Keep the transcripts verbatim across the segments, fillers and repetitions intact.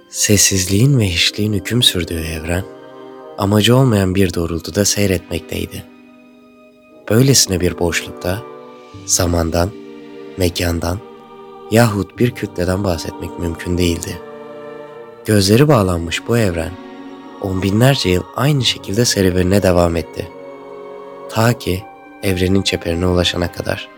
Sessizliğin ve hiçliğin hüküm sürdüğü evren, amacı olmayan bir doğrultuda seyretmekteydi. Böylesine bir boşlukta, zamandan, mekandan yahut bir kütleden bahsetmek mümkün değildi. Gözleri bağlanmış bu evren, on binlerce yıl aynı şekilde serüvenine devam etti. Ta ki evrenin çeperine ulaşana kadar.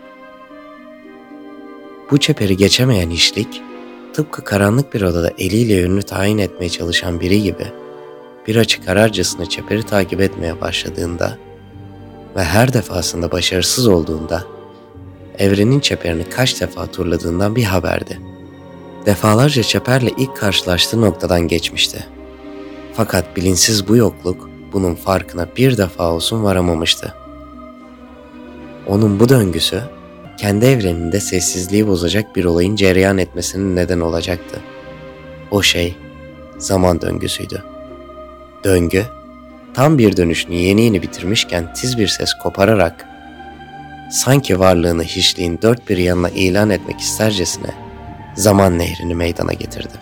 Bu çeperi geçemeyen hiçlik, tıpkı karanlık bir odada eliyle yönünü tayin etmeye çalışan biri gibi bir açık ararcasına çeperi takip etmeye başladığında ve her defasında başarısız olduğunda evrenin çeperini kaç defa turladığından bir haberdi. Defalarca çeperle ilk karşılaştığı noktadan geçmişti. Fakat bilinçsiz bu yokluk bunun farkına bir defa olsun varamamıştı. Onun bu döngüsü kendi evreninde sessizliği bozacak bir olayın cereyan etmesinin neden olacaktı. O şey zaman döngüsüydü. Döngü tam bir dönüşünü yeni yeni bitirmişken tiz bir ses kopararak sanki varlığını hiçliğin dört bir yanına ilan etmek istercesine zaman nehrini meydana getirdi.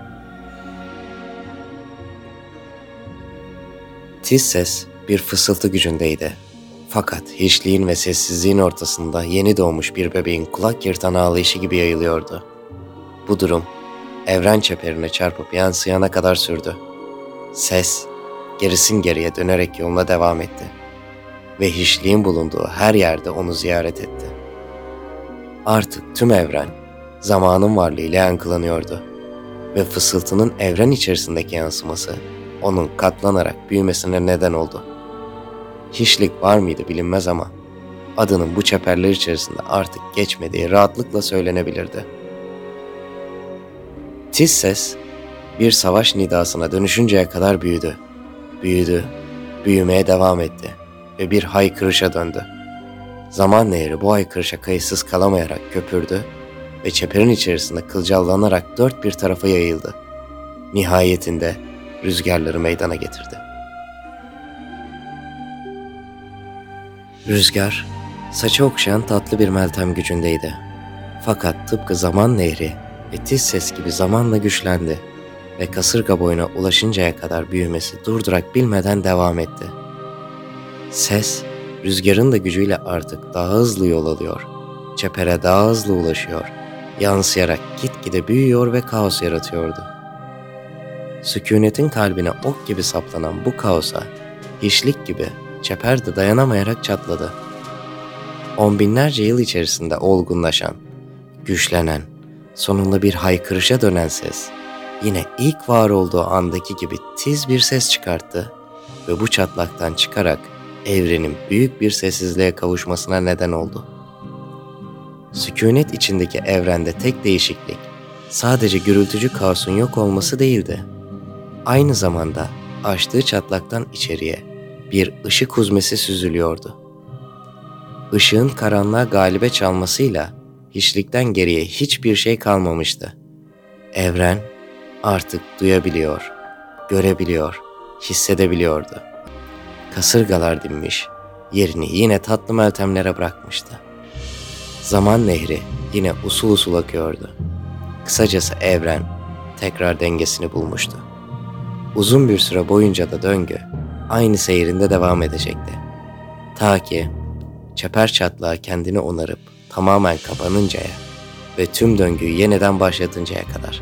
Tiz ses bir fısıltı gücündeydi. Fakat hiçliğin ve sessizliğin ortasında yeni doğmuş bir bebeğin kulak yırtan ağlayışı gibi yayılıyordu. Bu durum evren çeperine çarpıp yansıyana kadar sürdü. Ses gerisin geriye dönerek yoluna devam etti ve hiçliğin bulunduğu her yerde onu ziyaret etti. Artık tüm evren zamanın varlığıyla yankılanıyordu ve fısıltının evren içerisindeki yansıması onun katlanarak büyümesine neden oldu. Hiçlik var mıydı bilinmez ama adının bu çeperler içerisinde artık geçmediği rahatlıkla söylenebilirdi. Tiz ses bir savaş nidasına dönüşünceye kadar büyüdü. Büyüdü, büyümeye devam etti ve bir haykırışa döndü. Zaman nehri bu haykırışa kayıtsız kalamayarak köpürdü ve çeperin içerisinde kılcallanarak dört bir tarafa yayıldı. Nihayetinde rüzgarları meydana getirdi. Rüzgar, saçı okşayan tatlı bir meltem gücündeydi. Fakat tıpkı zaman nehri ve tiz ses gibi zamanla güçlendi ve kasırga boyuna ulaşıncaya kadar büyümesi durdurak bilmeden devam etti. Ses, rüzgarın da gücüyle artık daha hızlı yol alıyor, çepere daha hızlı ulaşıyor, yansıyarak gitgide büyüyor ve kaos yaratıyordu. Sükunetin kalbine ok gibi saplanan bu kaosa, hiçlik gibi çeper de dayanamayarak çatladı. On binlerce yıl içerisinde olgunlaşan, güçlenen, sonunda bir haykırışa dönen ses, yine ilk var olduğu andaki gibi tiz bir ses çıkarttı ve bu çatlaktan çıkarak evrenin büyük bir sessizliğe kavuşmasına neden oldu. Sükunet içindeki evrende tek değişiklik, sadece gürültücü kaosun yok olması değildi. Aynı zamanda açtığı çatlaktan içeriye bir ışık huzmesi süzülüyordu. Işığın karanlığa galibe çalmasıyla hiçlikten geriye hiçbir şey kalmamıştı. Evren artık duyabiliyor, görebiliyor, hissedebiliyordu. Kasırgalar dinmiş, yerini yine tatlı meltemlere bırakmıştı. Zaman nehri yine usul usul akıyordu. Kısacası evren tekrar dengesini bulmuştu. Uzun bir süre boyunca da döngü aynı seyrinde devam edecekti. Ta ki çeper çatlağı kendini onarıp tamamen kapanıncaya ve tüm döngüyü yeniden başlatıncaya kadar.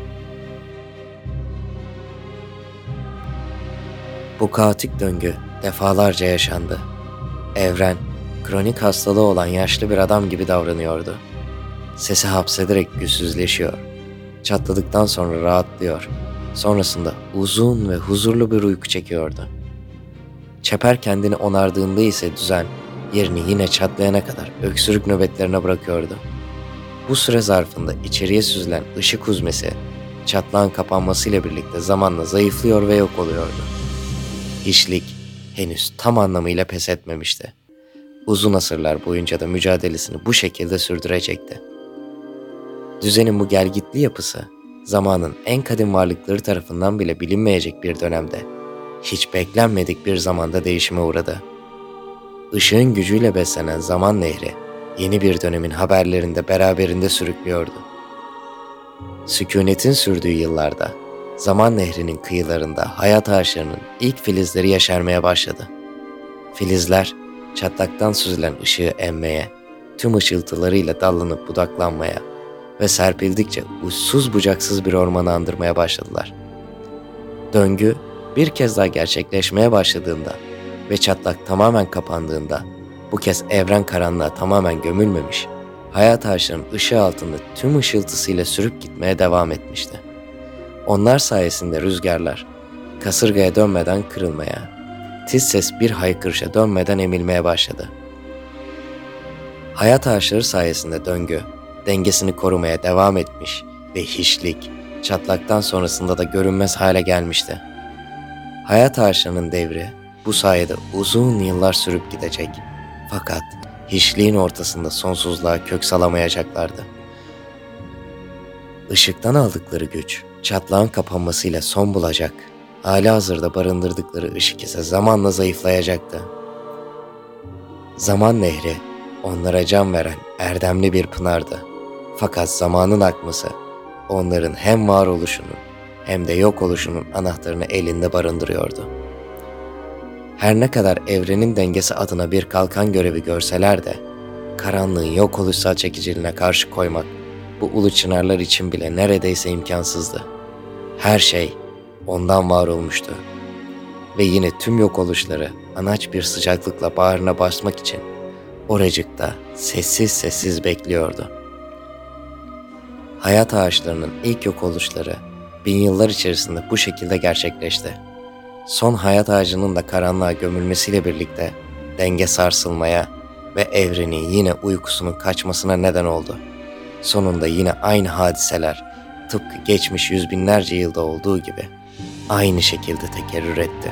Bu kaotik döngü defalarca yaşandı. Evren, kronik hastalığı olan yaşlı bir adam gibi davranıyordu. Sesi hapsederek güçsüzleşiyor. Çatladıktan sonra rahatlıyor. Sonrasında uzun ve huzurlu bir uyku çekiyordu. Çeper kendini onardığında ise düzen yerini yine çatlayana kadar öksürük nöbetlerine bırakıyordu. Bu süre zarfında içeriye süzülen ışık huzmesi çatlağın kapanmasıyla birlikte zamanla zayıflıyor ve yok oluyordu. Hiçlik henüz tam anlamıyla pes etmemişti. Uzun asırlar boyunca da mücadelesini bu şekilde sürdürecekti. Düzenin bu gelgitli yapısı zamanın en kadim varlıkları tarafından bile bilinmeyecek bir dönemde hiç beklenmedik bir zamanda değişime uğradı. Işığın gücüyle beslenen zaman nehri yeni bir dönemin haberlerinde beraberinde sürüklüyordu. Sükunetin sürdüğü yıllarda Zaman Nehri'nin kıyılarında hayat ağaçlarının ilk filizleri yeşermeye başladı. Filizler çatlaktan süzülen ışığı emmeye, tüm ışıltılarıyla dallanıp budaklanmaya ve serpildikçe uçsuz bucaksız bir ormanı andırmaya başladılar. Döngü bir kez daha gerçekleşmeye başladığında ve çatlak tamamen kapandığında, bu kez evren karanlığa tamamen gömülmemiş, hayat ağaçlarının ışığı altında tüm ışıltısıyla sürüp gitmeye devam etmişti. Onlar sayesinde rüzgarlar kasırgaya dönmeden kırılmaya, tiz ses bir haykırışa dönmeden emilmeye başladı. Hayat ağaçları sayesinde döngü dengesini korumaya devam etmiş ve hiçlik çatlaktan sonrasında da görünmez hale gelmişti. Hayat ağaçlarının devri bu sayede uzun yıllar sürüp gidecek. Fakat hiçliğin ortasında sonsuzluğa kök salamayacaklardı. Işıktan aldıkları güç çatlağın kapanmasıyla son bulacak. Hâlihazırda barındırdıkları ışık ise zamanla zayıflayacaktı. Zaman Nehri onlara can veren erdemli bir pınardı. Fakat zamanın akması onların hem varoluşunun hem de yok oluşunun anahtarını elinde barındırıyordu. Her ne kadar evrenin dengesi adına bir kalkan görevi görseler de, karanlığın yok oluşsal çekiciliğine karşı koymak bu ulu çınarlar için bile neredeyse imkansızdı. Her şey ondan var olmuştu ve yine tüm yok oluşları anaç bir sıcaklıkla bağrına basmak için oracıkta sessiz sessiz bekliyordu. Hayat ağaçlarının ilk yok oluşları bin yıllar içerisinde bu şekilde gerçekleşti. Son hayat ağacının da karanlığa gömülmesiyle birlikte denge sarsılmaya ve evrenin yine uykusunun kaçmasına neden oldu. Sonunda yine aynı hadiseler tıpkı geçmiş yüz binlerce yılda olduğu gibi aynı şekilde tekerrür etti.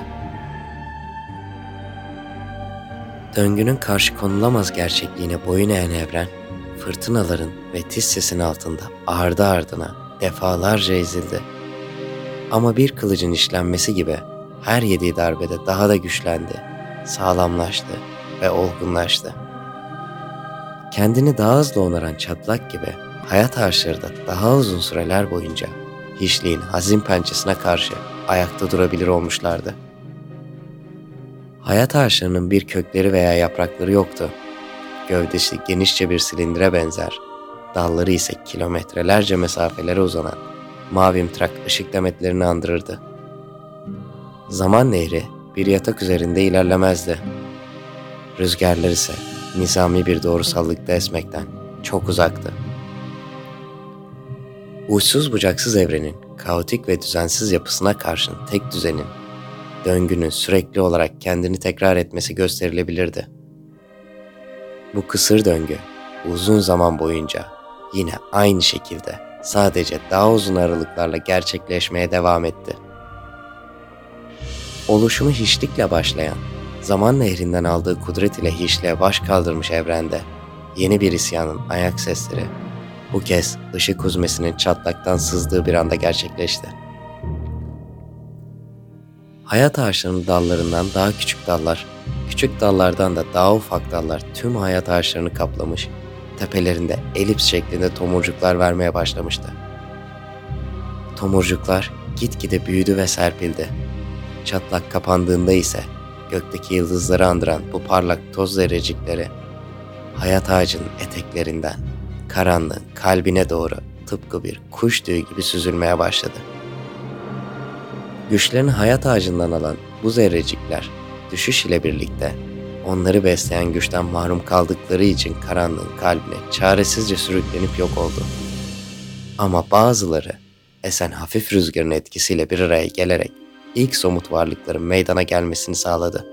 Döngünün karşı konulamaz gerçekliğine boyun eğen evren, fırtınaların ve tiz sesin altında ardı ardına defalarca ezildi. Ama bir kılıcın işlenmesi gibi her yediği darbede daha da güçlendi, sağlamlaştı ve olgunlaştı. Kendini daha hızlı onaran çatlak gibi hayat ağaçları da daha uzun süreler boyunca hiçliğin hazin pençesine karşı ayakta durabilir olmuşlardı. Hayat ağaçlarının bir kökleri veya yaprakları yoktu. Gövdesi genişçe bir silindire benzer, dalları ise kilometrelerce mesafelere uzanan mavimtırak ışık demetlerini andırırdı. Zaman Nehri bir yatak üzerinde ilerlemezdi. Rüzgarlar ise nizami bir doğrusallıkta esmekten çok uzaktı. Uçsuz bucaksız evrenin kaotik ve düzensiz yapısına karşın tek düzenin, döngünün sürekli olarak kendini tekrar etmesi gösterilebilirdi. Bu kısır döngü uzun zaman boyunca yine aynı şekilde sadece daha uzun aralıklarla gerçekleşmeye devam etti. Oluşumu hiçlikle başlayan, zaman nehrinden aldığı kudret ile hiçliğe baş kaldırmış evrende yeni bir isyanın ayak sesleri bu kez ışık huzmesinin çatlaktan sızdığı bir anda gerçekleşti. Hayat ağaçlarının dallarından daha küçük dallar, küçük dallardan da daha ufak dallar tüm hayat ağaçlarını kaplamış, tepelerinde elips şeklinde tomurcuklar vermeye başlamıştı. Tomurcuklar gitgide büyüdü ve serpildi. Çatlak kapandığında ise gökteki yıldızları andıran bu parlak toz zerrecikleri hayat ağacının eteklerinden karanlığın kalbine doğru tıpkı bir kuş tüyü gibi süzülmeye başladı. Güçlerini hayat ağacından alan bu zerrecikler düşüş ile birlikte onları besleyen güçten mahrum kaldıkları için karanlığın kalbine çaresizce sürüklenip yok oldu. Ama bazıları esen hafif rüzgarın etkisiyle bir araya gelerek ilk somut varlıkların meydana gelmesini sağladı.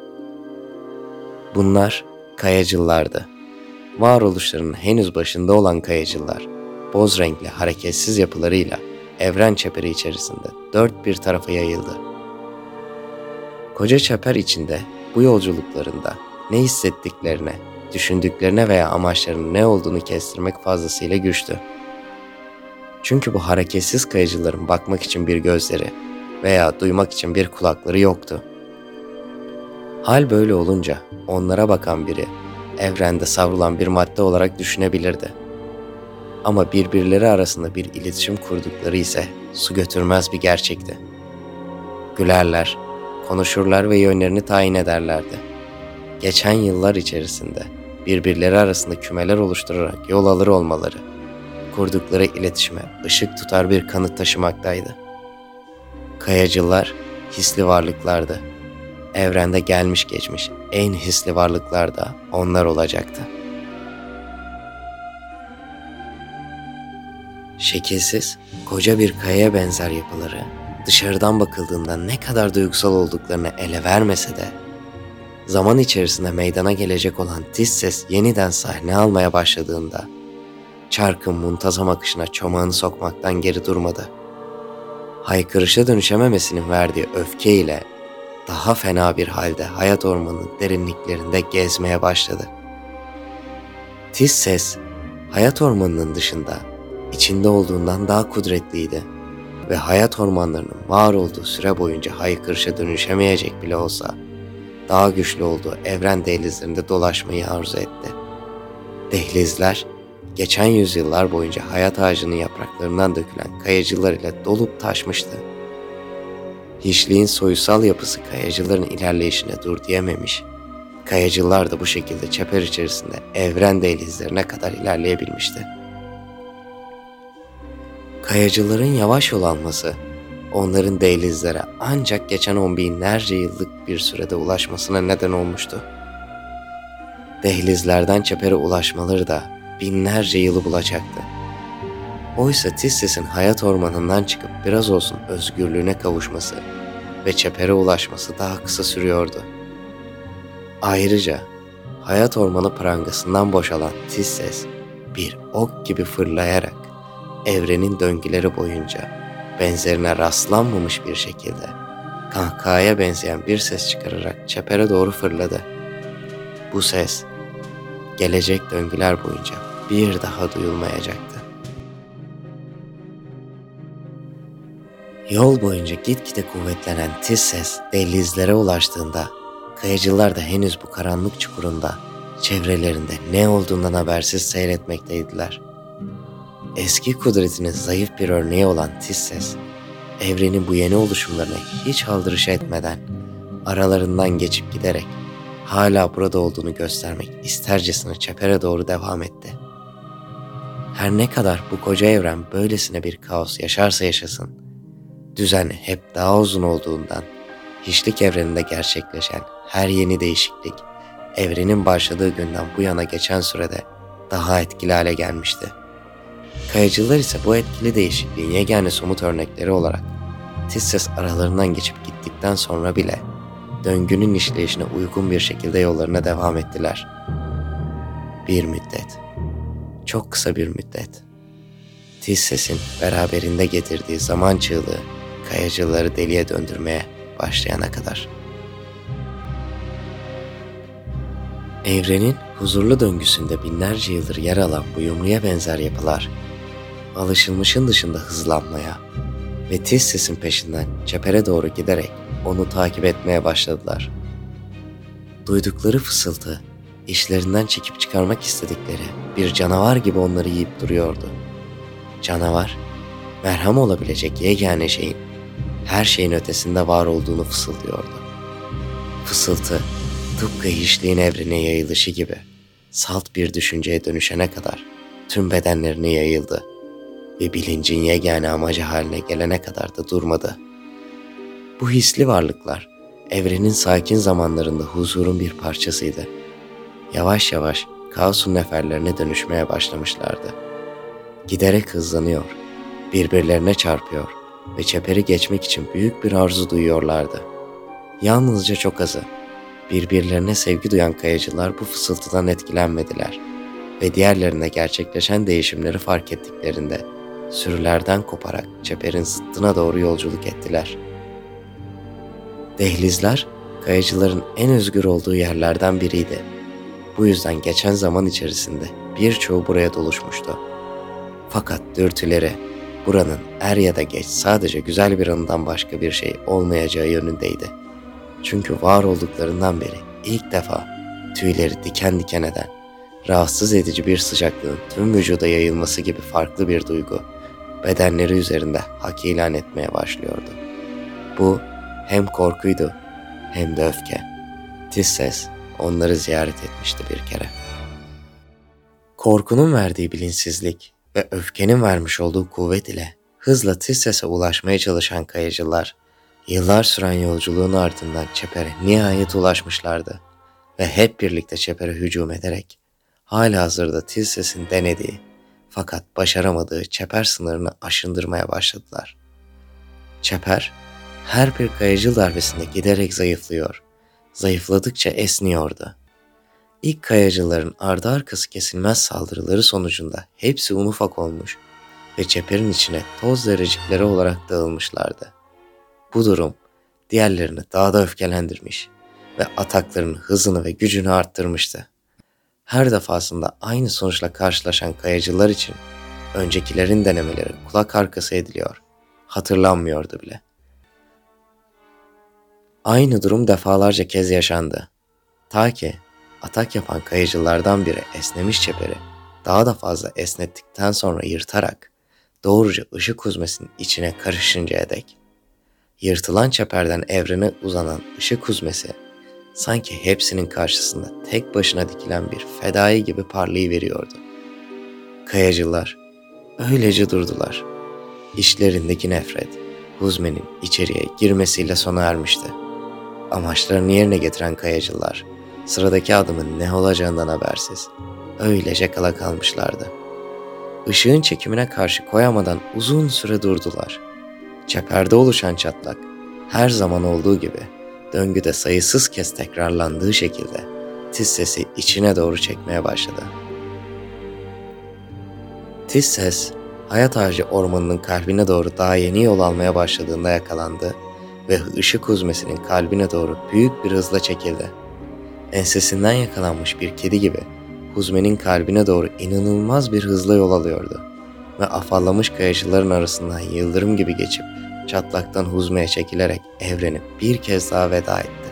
Bunlar kayacıllardı. Varoluşlarının henüz başında olan kayacıllar, boz renkli hareketsiz yapılarıyla evren çeperi içerisinde dört bir tarafa yayıldı. Koca çeper içinde bu yolculuklarında ne hissettiklerine, düşündüklerine veya amaçlarının ne olduğunu kestirmek fazlasıyla güçtü. Çünkü bu hareketsiz kayıcıların bakmak için bir gözleri veya duymak için bir kulakları yoktu. Hal böyle olunca onlara bakan biri evrende savrulan bir madde olarak düşünebilirdi. Ama birbirleri arasında bir iletişim kurdukları ise su götürmez bir gerçekti. Gülerler, konuşurlar ve yönlerini tayin ederlerdi. Geçen yıllar içerisinde birbirleri arasında kümeler oluşturarak yol alır olmaları, kurdukları iletişime ışık tutar bir kanıt taşımaktaydı. Kayacılar hisli varlıklardı. Evrende gelmiş geçmiş en hisli varlıklar da onlar olacaktı. Şekilsiz, koca bir kayaya benzer yapıları, dışarıdan bakıldığında ne kadar duygusal olduklarını ele vermese de, zaman içerisinde meydana gelecek olan tiz ses yeniden sahne almaya başladığında, çarkın muntazam akışına çomağını sokmaktan geri durmadı. Haykırışa dönüşememesinin verdiği öfkeyle, daha fena bir halde hayat ormanının derinliklerinde gezmeye başladı. Tiz ses, hayat ormanının dışında, içinde olduğundan daha kudretliydi ve hayat ormanlarının var olduğu süre boyunca haykırışa dönüşemeyecek bile olsa, daha güçlü olduğu evren dehlizlerinde dolaşmayı arzu etti. Dehlizler, geçen yüzyıllar boyunca hayat ağacının yapraklarından dökülen kayacılar ile dolup taşmıştı. Hiçliğin soyusal yapısı kayacıların ilerleyişine dur diyememiş, kayacılar da bu şekilde çeper içerisinde evren dehlizlerine kadar ilerleyebilmişti. Kayacıların yavaş yol alması, onların dehlizlere ancak geçen on binlerce yıllık bir sürede ulaşmasına neden olmuştu. Dehlizlerden çepere ulaşmaları da binlerce yılı bulacaktı. Oysa Tisses'in hayat ormanından çıkıp biraz olsun özgürlüğüne kavuşması ve çepere ulaşması daha kısa sürüyordu. Ayrıca hayat ormanı prangasından boşalan Tisses bir ok gibi fırlayarak evrenin döngüleri boyunca benzerine rastlanmamış bir şekilde kahkahaya benzeyen bir ses çıkararak çepere doğru fırladı. Bu ses gelecek döngüler boyunca bir daha duyulmayacaktı. Yol boyunca gitgide kuvvetlenen tiz ses dehlizlere ulaştığında kayacılar da henüz bu karanlık çukurunda çevrelerinde ne olduğundan habersiz seyretmekteydiler. Eski kudretinin zayıf bir örneği olan tiz ses, evrenin bu yeni oluşumlarına hiç aldırış etmeden aralarından geçip giderek hala burada olduğunu göstermek istercesine çepere doğru devam etti. Her ne kadar bu koca evren böylesine bir kaos yaşarsa yaşasın, düzen hep daha uzun olduğundan hiçlik evreninde gerçekleşen her yeni değişiklik, evrenin başladığı günden bu yana geçen sürede daha etkili hale gelmişti. Kayacılar ise bu etkili değişikliğin yegane somut örnekleri olarak Tisses aralarından geçip gittikten sonra bile döngünün işleyişine uygun bir şekilde yollarına devam ettiler. Bir müddet, çok kısa bir müddet, Tisses'in beraberinde getirdiği zaman çığlığı kayacıları deliye döndürmeye başlayana kadar. Evrenin huzurlu döngüsünde binlerce yıldır yer alan bu yumruya benzer yapılar, alışılmışın dışında hızlanmaya ve Tisses'in peşinden çepere doğru giderek onu takip etmeye başladılar. Duydukları fısıltı, işlerinden çekip çıkarmak istedikleri bir canavar gibi onları yiyip duruyordu. Canavar, merhem olabilecek yegane şeyin, her şeyin ötesinde var olduğunu fısıldıyordu. Fısıltı, tıpkı hiçliğin evrene yayılışı gibi salt bir düşünceye dönüşene kadar tüm bedenlerine yayıldı ve bilincin yegane amacı haline gelene kadar da durmadı. Bu hisli varlıklar, evrenin sakin zamanlarında huzurun bir parçasıydı. Yavaş yavaş kaosun neferlerine dönüşmeye başlamışlardı. Giderek hızlanıyor, birbirlerine çarpıyor ve çeperi geçmek için büyük bir arzu duyuyorlardı. Yalnızca çok azı, birbirlerine sevgi duyan kayacılar bu fısıltıdan etkilenmediler ve diğerlerine gerçekleşen değişimleri fark ettiklerinde sürülerden koparak çeperin zıttına doğru yolculuk ettiler. Dehlizler, kayacıların en özgür olduğu yerlerden biriydi. Bu yüzden geçen zaman içerisinde birçoğu buraya doluşmuştu. Fakat dürtüleri, buranın er ya da geç sadece güzel bir anıdan başka bir şey olmayacağı yönündeydi. Çünkü var olduklarından beri ilk defa tüyleri diken diken eden rahatsız edici bir sıcaklığın tüm vücuda yayılması gibi farklı bir duygu, bedenleri üzerinde hak ilan etmeye başlıyordu. Bu hem korkuydu hem de öfke. Tisses onları ziyaret etmişti bir kere. Korkunun verdiği bilinçsizlik ve öfkenin vermiş olduğu kuvvet ile hızla Tisses'e ulaşmaya çalışan kayıcılar, yıllar süren yolculuğun ardından çepere nihayet ulaşmışlardı ve hep birlikte çepere hücum ederek halihazırda Tisses'in denediği fakat başaramadığı çeper sınırını aşındırmaya başladılar. Çeper her bir kayıcı darbesinde giderek zayıflıyor, zayıfladıkça esniyordu. İlk kayacıların ardı arkası kesilmez saldırıları sonucunda hepsi un ufak olmuş ve çeperin içine toz zerrecikleri olarak dağılmışlardı. Bu durum diğerlerini daha da öfkelendirmiş ve ataklarının hızını ve gücünü arttırmıştı. Her defasında aynı sonuçla karşılaşan kayacılar için öncekilerin denemeleri kulak arkası ediliyor, hatırlanmıyordu bile. Aynı durum defalarca kez yaşandı. Ta ki atak yapan kayıcılardan biri esnemiş çeperi daha da fazla esnettikten sonra yırtarak doğruca ışık huzmesinin içine karışıncaya dek. Yırtılan çeperden evrene uzanan ışık huzmesi sanki hepsinin karşısında tek başına dikilen bir fedai gibi parlayıveriyordu. Kayacılar öylece durdular. İşlerindeki nefret huzmenin içeriye girmesiyle sona ermişti. Amaçlarını yerine getiren kayacılar sıradaki adımın ne olacağından habersiz öylece kala kalmışlardı. Işığın çekimine karşı koyamadan uzun süre durdular. Çeperde oluşan çatlak her zaman olduğu gibi döngüde sayısız kez tekrarlandığı şekilde Tisses'i içine doğru çekmeye başladı. Tisses, hayat ağacı ormanının kalbine doğru daha yeni yol almaya başladığında yakalandı ve ışık huzmesinin kalbine doğru büyük bir hızla çekildi. Ensesinden yakalanmış bir kedi gibi huzmenin kalbine doğru inanılmaz bir hızla yol alıyordu ve afallamış kayacıların arasından yıldırım gibi geçip çatlaktan huzmeye çekilerek evrene bir kez daha veda etti.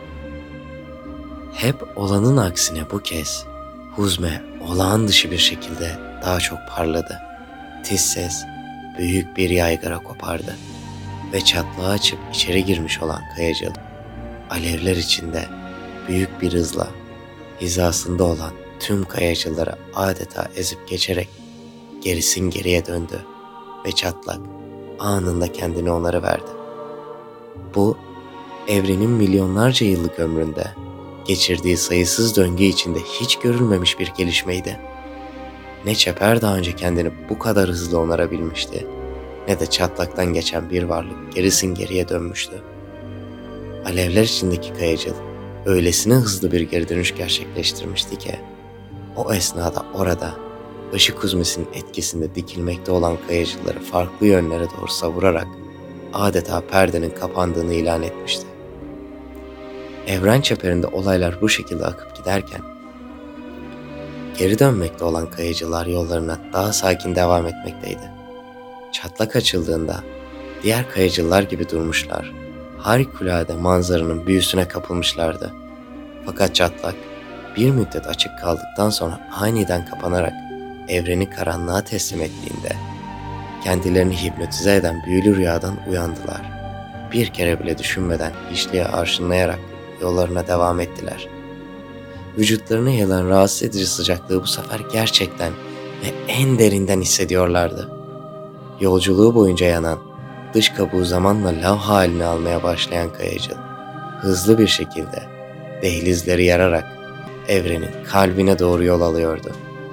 Hep olanın aksine bu kez huzme olağan dışı bir şekilde daha çok parladı. Tisses büyük bir yaygara kopardı ve çatlağı açıp içeri girmiş olan kayacıl alevler içinde büyük bir hızla hizasında olan tüm kayacıları adeta ezip geçerek gerisin geriye döndü ve çatlak anında kendini onlara verdi. Bu, evrenin milyonlarca yıllık ömründe geçirdiği sayısız döngü içinde hiç görülmemiş bir gelişmeydi. Ne çeper daha önce kendini bu kadar hızlı onarabilmişti, ne de çatlaktan geçen bir varlık gerisin geriye dönmüştü. Alevler içindeki kayacıl öylesine hızlı bir geri dönüş gerçekleştirmişti ki, o esnada orada ışık huzmesinin etkisinde dikilmekte olan kayacıları farklı yönlere doğru savurarak adeta perdenin kapandığını ilan etmişti. Evren çeperinde olaylar bu şekilde akıp giderken, geri dönmekte olan kayacılar yollarına daha sakin devam etmekteydi. Çatlak açıldığında diğer kayacılar gibi durmuşlar, harikulade manzaranın büyüsüne kapılmışlardı. Fakat çatlak bir müddet açık kaldıktan sonra aniden kapanarak evreni karanlığa teslim ettiğinde kendilerini hipnotize eden büyülü rüyadan uyandılar. Bir kere bile düşünmeden hiçliğe arşınlayarak yollarına devam ettiler. Vücutlarına yayılan rahatsız edici sıcaklığı bu sefer gerçekten ve en derinden hissediyorlardı. Yolculuğu boyunca yanan, dış kabuğu zamanla lav halini almaya başlayan kayacıl, hızlı bir şekilde dehlizleri yararak evrenin kalbine doğru yol alıyordu.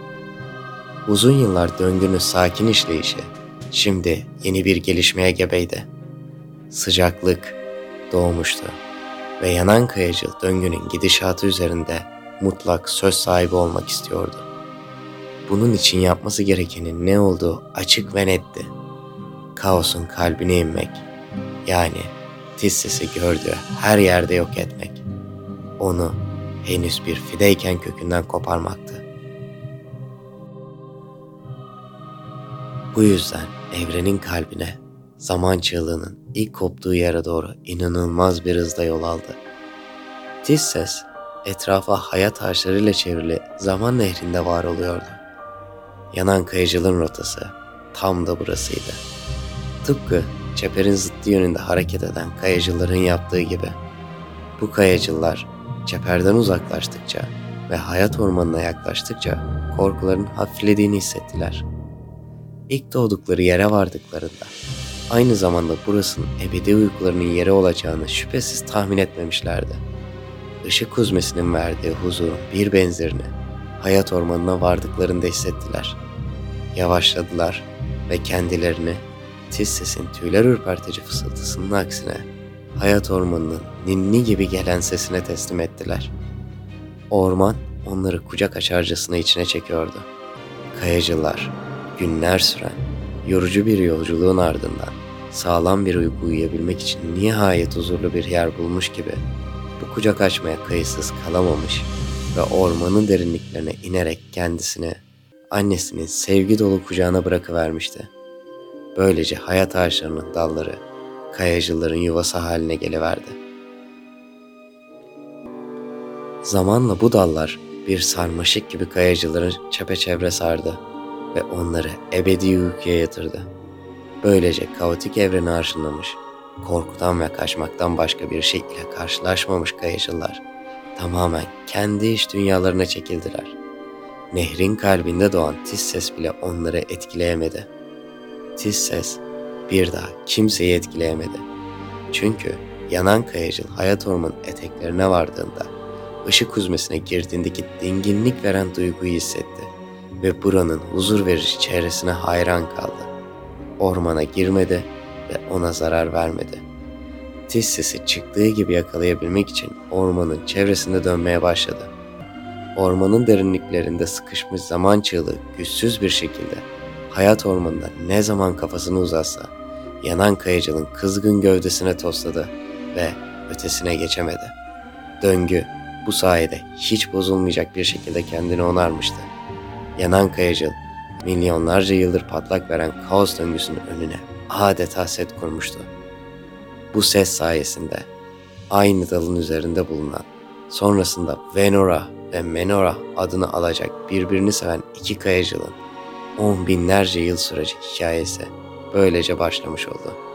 Uzun yıllar döngünün sakin işleyişi şimdi yeni bir gelişmeye gebeydi. Sıcaklık doğmuştu ve yanan kayacıl döngünün gidişatı üzerinde mutlak söz sahibi olmak istiyordu. Bunun için yapması gerekenin ne olduğu açık ve netti. Kaosun kalbine inmek, yani Tisses'i gördüğü her yerde yok etmek. Onu henüz bir fideyken kökünden koparmaktı. Bu yüzden evrenin kalbine, zaman çığlığının ilk koptuğu yere doğru inanılmaz bir hızla yol aldı. Tisses, etrafa hayat ağaçlarıyla çevrili zaman nehrinde var oluyordu. Yanan kayacılığın rotası tam da burasıydı. Tıpkı çeperin zıttı yönünde hareket eden kayacıların yaptığı gibi. Bu kayacılar çeperden uzaklaştıkça ve hayat ormanına yaklaştıkça korkuların hafiflediğini hissettiler. İlk doğdukları yere vardıklarında aynı zamanda burasının ebedi uykularının yeri olacağını şüphesiz tahmin etmemişlerdi. Işık huzmesinin verdiği huzurun bir benzerini hayat ormanına vardıklarında hissettiler. Yavaşladılar ve kendilerini Tisses'in tüyler ürpertici fısıltısının aksine hayat ormanının ninni gibi gelen sesine teslim ettiler. Orman onları kucak açarcasına içine çekiyordu. Kayacılar günler süren yorucu bir yolculuğun ardından sağlam bir uyku uyuyabilmek için nihayet huzurlu bir yer bulmuş gibi bu kucak açmaya kayıtsız kalamamış ve ormanın derinliklerine inerek kendisini annesinin sevgi dolu kucağına bırakıvermişti. Böylece hayat ağaçlarının dalları kayacıların yuvası haline geliverdi. Zamanla bu dallar bir sarmaşık gibi kayacıların çepeçevre sardı ve onları ebedi uykuya yatırdı. Böylece kaotik evreni arşınlamış, korkudan ve kaçmaktan başka bir şey ile karşılaşmamış kayacılar tamamen kendi iç dünyalarına çekildiler. Nehrin kalbinde doğan Tisses bile onları etkileyemedi. Tisses bir daha kimseyi etkileyemedi. Çünkü yanan kayacıl hayat ormanın eteklerine vardığında ışık huzmesine girdiğindeki dinginlik veren duyguyu hissetti ve buranın huzur verici çevresine hayran kaldı. Ormana girmedi ve ona zarar vermedi. Tisses'i çıktığı gibi yakalayabilmek için ormanın çevresinde dönmeye başladı. Ormanın derinliklerinde sıkışmış zaman çığlığı güçsüz bir şekilde hayat ormanında ne zaman kafasını uzatsa yanan kayacılın kızgın gövdesine tosladı ve ötesine geçemedi. Döngü bu sayede hiç bozulmayacak bir şekilde kendini onarmıştı. Yanan kayacıl milyonlarca yıldır patlak veren kaos döngüsünün önüne adeta set kurmuştu. Bu ses sayesinde aynı dalın üzerinde bulunan, sonrasında Venora ve Menora adını alacak birbirini seven iki kayacılın on binlerce yıl sürecek hikayesi böylece başlamış oldu.